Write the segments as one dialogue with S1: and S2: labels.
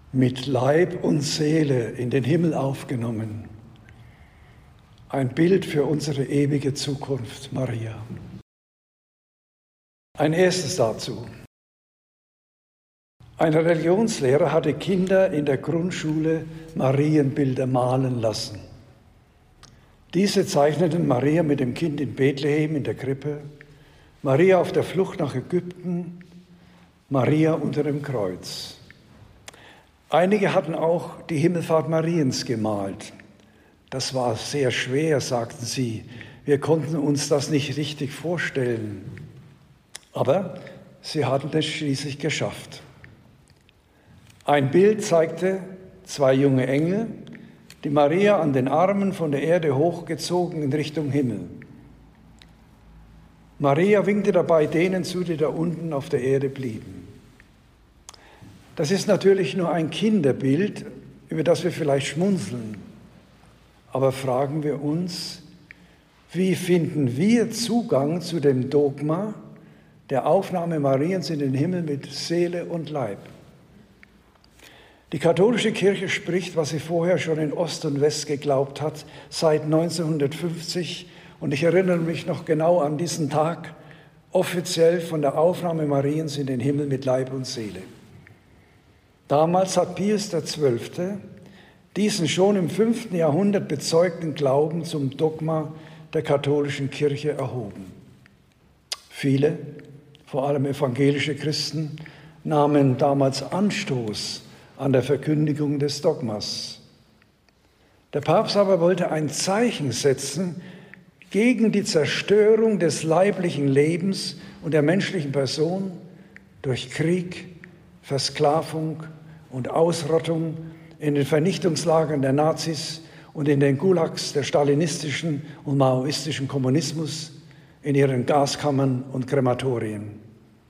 S1: mit Leib und Seele in den Himmel aufgenommen. Ein Bild für unsere ewige Zukunft, Maria. Ein erstes dazu. Ein Religionslehrer hatte Kinder in der Grundschule Marienbilder malen lassen. Diese zeichneten Maria mit dem Kind in Bethlehem in der Krippe, Maria auf der Flucht nach Ägypten, Maria unter dem Kreuz. Einige hatten auch die Himmelfahrt Mariens gemalt. Das war sehr schwer, sagten sie. Wir konnten uns das nicht richtig vorstellen. Aber sie hatten es schließlich geschafft. Ein Bild zeigte 2 junge Engel, die Maria an den Armen von der Erde hochgezogen in Richtung Himmel. Maria winkte dabei denen zu, die da unten auf der Erde blieben. Das ist natürlich nur ein Kinderbild, über das wir vielleicht schmunzeln. Aber fragen wir uns, wie finden wir Zugang zu dem Dogma der Aufnahme Mariens in den Himmel mit Seele und Leib? Die katholische Kirche spricht, was sie vorher schon in Ost und West geglaubt hat, seit 1950. Und ich erinnere mich noch genau an diesen Tag, offiziell von der Aufnahme Mariens in den Himmel mit Leib und Seele. Damals hat Pius XII. Diesen schon im 5. Jahrhundert bezeugten Glauben zum Dogma der katholischen Kirche erhoben. Viele, vor allem evangelische Christen, nahmen damals Anstoß an der Verkündigung des Dogmas. Der Papst aber wollte ein Zeichen setzen gegen die Zerstörung des leiblichen Lebens und der menschlichen Person durch Krieg, Versklavung und Ausrottung in den Vernichtungslagern der Nazis und in den Gulags der stalinistischen und maoistischen Kommunismus, in ihren Gaskammern und Krematorien.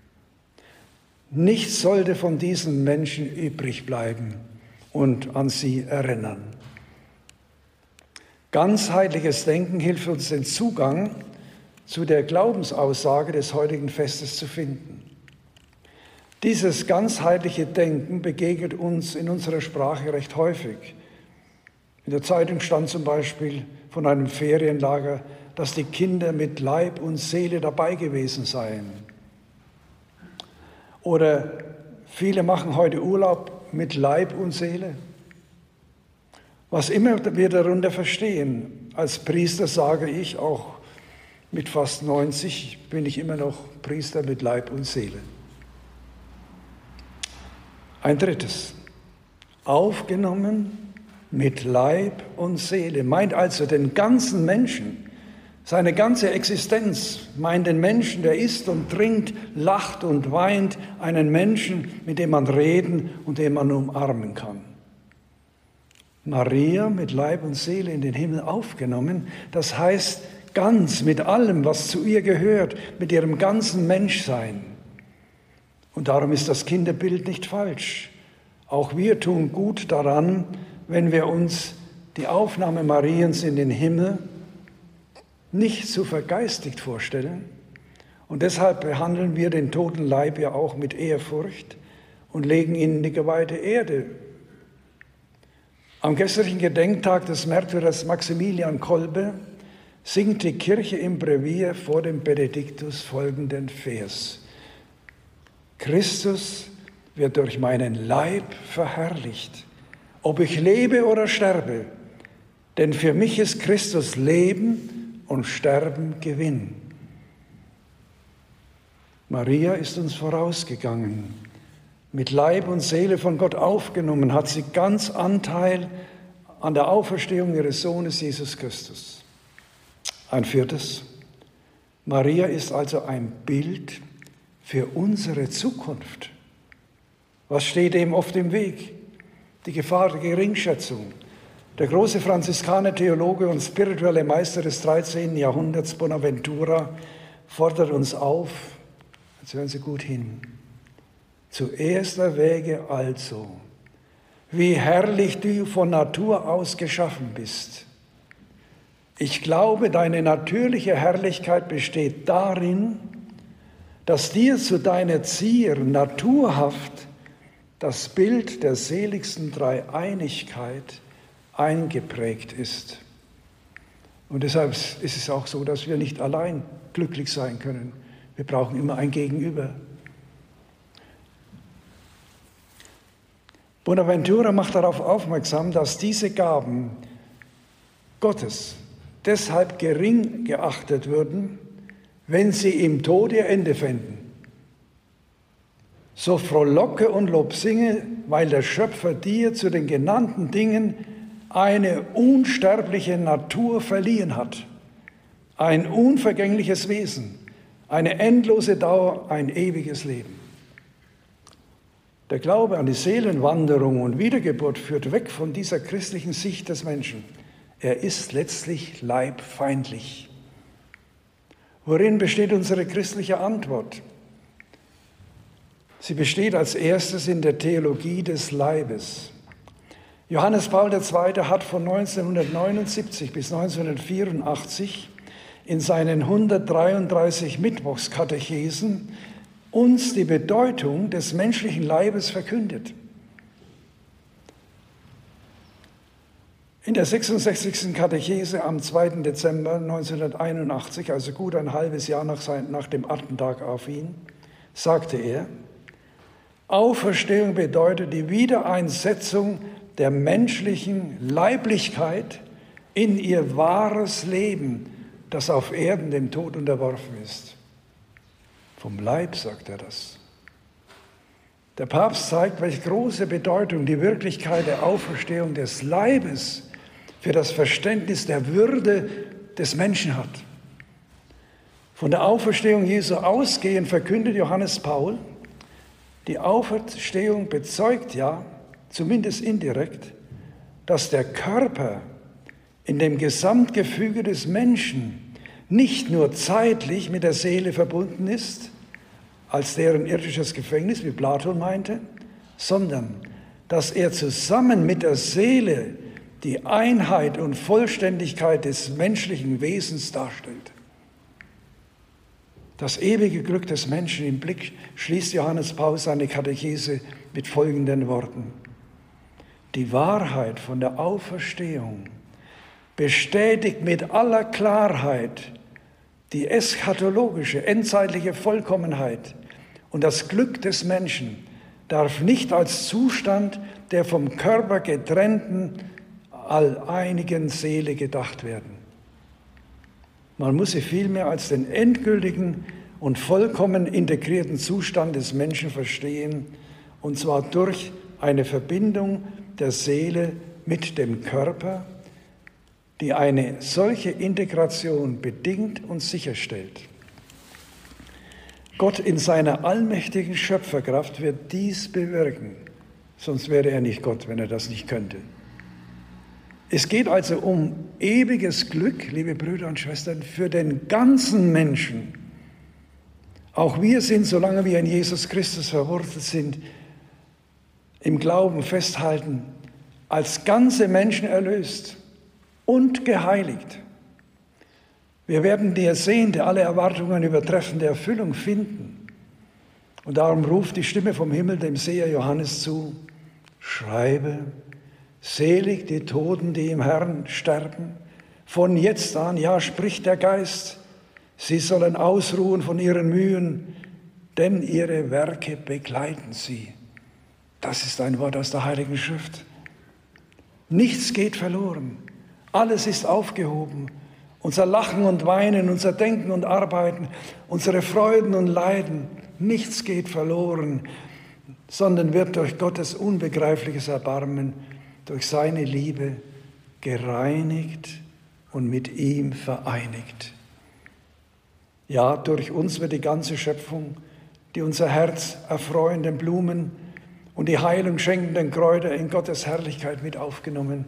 S1: Nichts sollte von diesen Menschen übrig bleiben und an sie erinnern. Ganzheitliches Denken hilft uns, den Zugang zu der Glaubensaussage des heutigen Festes zu finden. Dieses ganzheitliche Denken begegnet uns in unserer Sprache recht häufig. In der Zeitung stand zum Beispiel von einem Ferienlager, dass die Kinder mit Leib und Seele dabei gewesen seien. Oder viele machen heute Urlaub mit Leib und Seele. Was immer wir darunter verstehen, als Priester sage ich, auch mit fast 90 bin ich immer noch Priester mit Leib und Seele. Ein drittes, aufgenommen mit Leib und Seele, meint also den ganzen Menschen, seine ganze Existenz, meint den Menschen, der isst und trinkt, lacht und weint, einen Menschen, mit dem man reden und den man umarmen kann. Maria mit Leib und Seele in den Himmel aufgenommen, das heißt ganz mit allem, was zu ihr gehört, mit ihrem ganzen Menschsein. Und darum ist das Kinderbild nicht falsch. Auch wir tun gut daran, wenn wir uns die Aufnahme Mariens in den Himmel nicht zu vergeistigt vorstellen. Und deshalb behandeln wir den toten Leib ja auch mit Ehrfurcht und legen ihn in die geweihte Erde. Am gestrigen Gedenktag des Märtyrers Maximilian Kolbe singt die Kirche im Brevier vor dem Benediktus folgenden Vers. Christus wird durch meinen Leib verherrlicht, ob ich lebe oder sterbe, denn für mich ist Christus Leben und Sterben Gewinn. Maria ist uns vorausgegangen. Mit Leib und Seele von Gott aufgenommen, hat sie ganz Anteil an der Auferstehung ihres Sohnes Jesus Christus. Ein viertes, Maria ist also ein Bild für unsere Zukunft. Was steht dem oft im Weg? Die Gefahr der Geringschätzung. Der große Franziskaner-Theologe und spirituelle Meister des 13. Jahrhunderts, Bonaventura, fordert uns auf, jetzt hören Sie gut hin, zuerst erwäge also, wie herrlich du von Natur aus geschaffen bist. Ich glaube, deine natürliche Herrlichkeit besteht darin, dass dir zu deiner Zier naturhaft das Bild der seligsten Dreieinigkeit eingeprägt ist. Und deshalb ist es auch so, dass wir nicht allein glücklich sein können. Wir brauchen immer ein Gegenüber. Bonaventura macht darauf aufmerksam, dass diese Gaben Gottes deshalb gering geachtet würden, wenn sie im Tod ihr Ende fänden. So frohlocke und Lob singe, weil der Schöpfer dir zu den genannten Dingen eine unsterbliche Natur verliehen hat, ein unvergängliches Wesen, eine endlose Dauer, ein ewiges Leben. Der Glaube an die Seelenwanderung und Wiedergeburt führt weg von dieser christlichen Sicht des Menschen. Er ist letztlich leibfeindlich. Worin besteht unsere christliche Antwort? Sie besteht als erstes in der Theologie des Leibes. Johannes Paul II. Hat von 1979 bis 1984 in seinen 133 Mittwochskatechesen uns die Bedeutung des menschlichen Leibes verkündet. In der 66. Katechese am 2. Dezember 1981, also gut ein halbes Jahr nach dem Attentat auf ihn, sagte er, Auferstehung bedeutet die Wiedereinsetzung der menschlichen Leiblichkeit in ihr wahres Leben, das auf Erden dem Tod unterworfen ist. Vom Leib sagt er das. Der Papst zeigt, welche große Bedeutung die Wirklichkeit der Auferstehung des Leibes für das Verständnis der Würde des Menschen hat. Von der Auferstehung Jesu ausgehend verkündet Johannes Paul, die Auferstehung bezeugt ja, zumindest indirekt, dass der Körper in dem Gesamtgefüge des Menschen nicht nur zeitlich mit der Seele verbunden ist, als deren irdisches Gefängnis, wie Platon meinte, sondern dass er zusammen mit der Seele die Einheit und Vollständigkeit des menschlichen Wesens darstellt. Das ewige Glück des Menschen im Blick schließt Johannes Paul seine Katechese mit folgenden Worten. Die Wahrheit von der Auferstehung bestätigt mit aller Klarheit die eschatologische, endzeitliche Vollkommenheit und das Glück des Menschen darf nicht als Zustand der vom Körper getrennten, alleinigen Seele gedacht werden. Man muss sie vielmehr als den endgültigen und vollkommen integrierten Zustand des Menschen verstehen, und zwar durch eine Verbindung der Seele mit dem Körper, die eine solche Integration bedingt und sicherstellt. Gott in seiner allmächtigen Schöpferkraft wird dies bewirken, sonst wäre er nicht Gott, wenn er das nicht könnte. Es geht also um ewiges Glück, liebe Brüder und Schwestern, für den ganzen Menschen. Auch wir sind, solange wir in Jesus Christus verwurzelt sind, im Glauben festhalten, als ganze Menschen erlöst und geheiligt. Wir werden die ersehnte, alle Erwartungen übertreffende Erfüllung finden. Und darum ruft die Stimme vom Himmel dem Seher Johannes zu, schreibe, selig die Toten, die im Herrn sterben. Von jetzt an, ja, spricht der Geist, sie sollen ausruhen von ihren Mühen, denn ihre Werke begleiten sie. Das ist ein Wort aus der Heiligen Schrift. Nichts geht verloren. Alles ist aufgehoben. Unser Lachen und Weinen, unser Denken und Arbeiten, unsere Freuden und Leiden, nichts geht verloren, sondern wird durch Gottes unbegreifliches Erbarmen, durch seine Liebe gereinigt und mit ihm vereinigt. Ja, durch uns wird die ganze Schöpfung, die unser Herz erfreuenden Blumen und die Heilung schenkenden Kräuter in Gottes Herrlichkeit mit aufgenommen.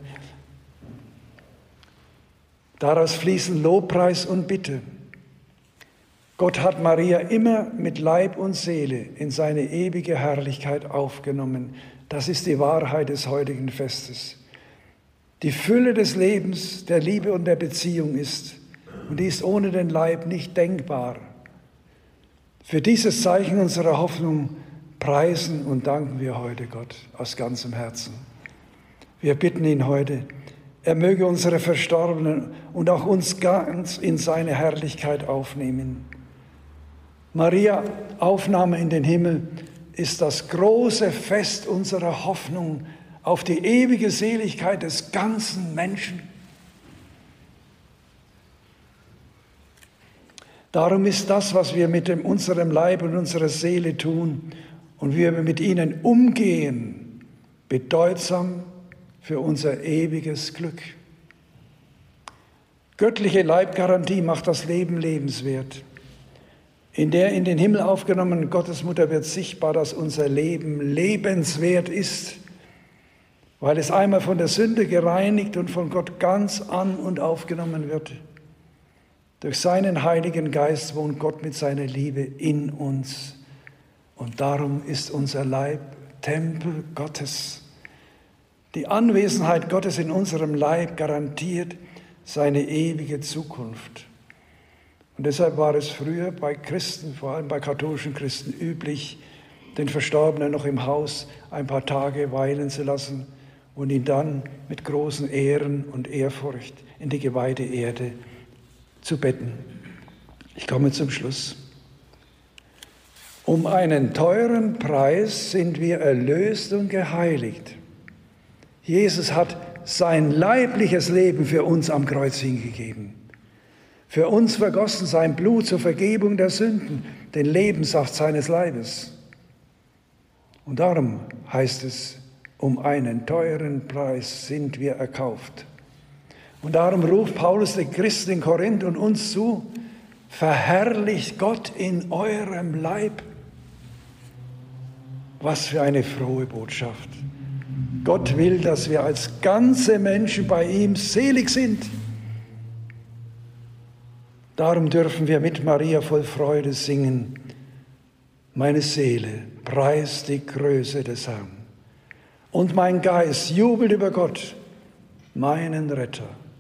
S1: Daraus fließen Lobpreis und Bitte. Gott hat Maria immer mit Leib und Seele in seine ewige Herrlichkeit aufgenommen. Das ist die Wahrheit des heutigen Festes. Die Fülle des Lebens, der Liebe und der Beziehung ist, und die ist ohne den Leib nicht denkbar. Für dieses Zeichen unserer Hoffnung preisen und danken wir heute Gott aus ganzem Herzen. Wir bitten ihn heute, er möge unsere Verstorbenen und auch uns ganz in seine Herrlichkeit aufnehmen. Maria, Aufnahme in den Himmel, ist das große Fest unserer Hoffnung auf die ewige Seligkeit des ganzen Menschen. Darum ist das, was wir mit unserem Leib und unserer Seele tun und wie wir mit ihnen umgehen, bedeutsam für unser ewiges Glück. Göttliche Leibgarantie macht das Leben lebenswert. In der in den Himmel aufgenommenen Gottesmutter wird sichtbar, dass unser Leben lebenswert ist, weil es einmal von der Sünde gereinigt und von Gott ganz an und aufgenommen wird. Durch seinen Heiligen Geist wohnt Gott mit seiner Liebe in uns. Und darum ist unser Leib Tempel Gottes. Die Anwesenheit Gottes in unserem Leib garantiert seine ewige Zukunft. Und deshalb war es früher bei Christen, vor allem bei katholischen Christen, üblich, den Verstorbenen noch im Haus ein paar Tage weilen zu lassen und ihn dann mit großen Ehren und Ehrfurcht in die geweihte Erde zu betten. Ich komme zum Schluss. Um einen teuren Preis sind wir erlöst und geheiligt. Jesus hat sein leibliches Leben für uns am Kreuz hingegeben. Für uns vergossen sein Blut zur Vergebung der Sünden, den Lebenssaft seines Leibes. Und darum heißt es, um einen teuren Preis sind wir erkauft. Und darum ruft Paulus den Christen in Korinth und uns zu, verherrlicht Gott in eurem Leib. Was für eine frohe Botschaft. Gott will, dass wir als ganze Menschen bei ihm selig sind. Darum dürfen wir mit Maria voll Freude singen, meine Seele preist die Größe des Herrn. Und mein Geist jubelt über Gott, meinen Retter.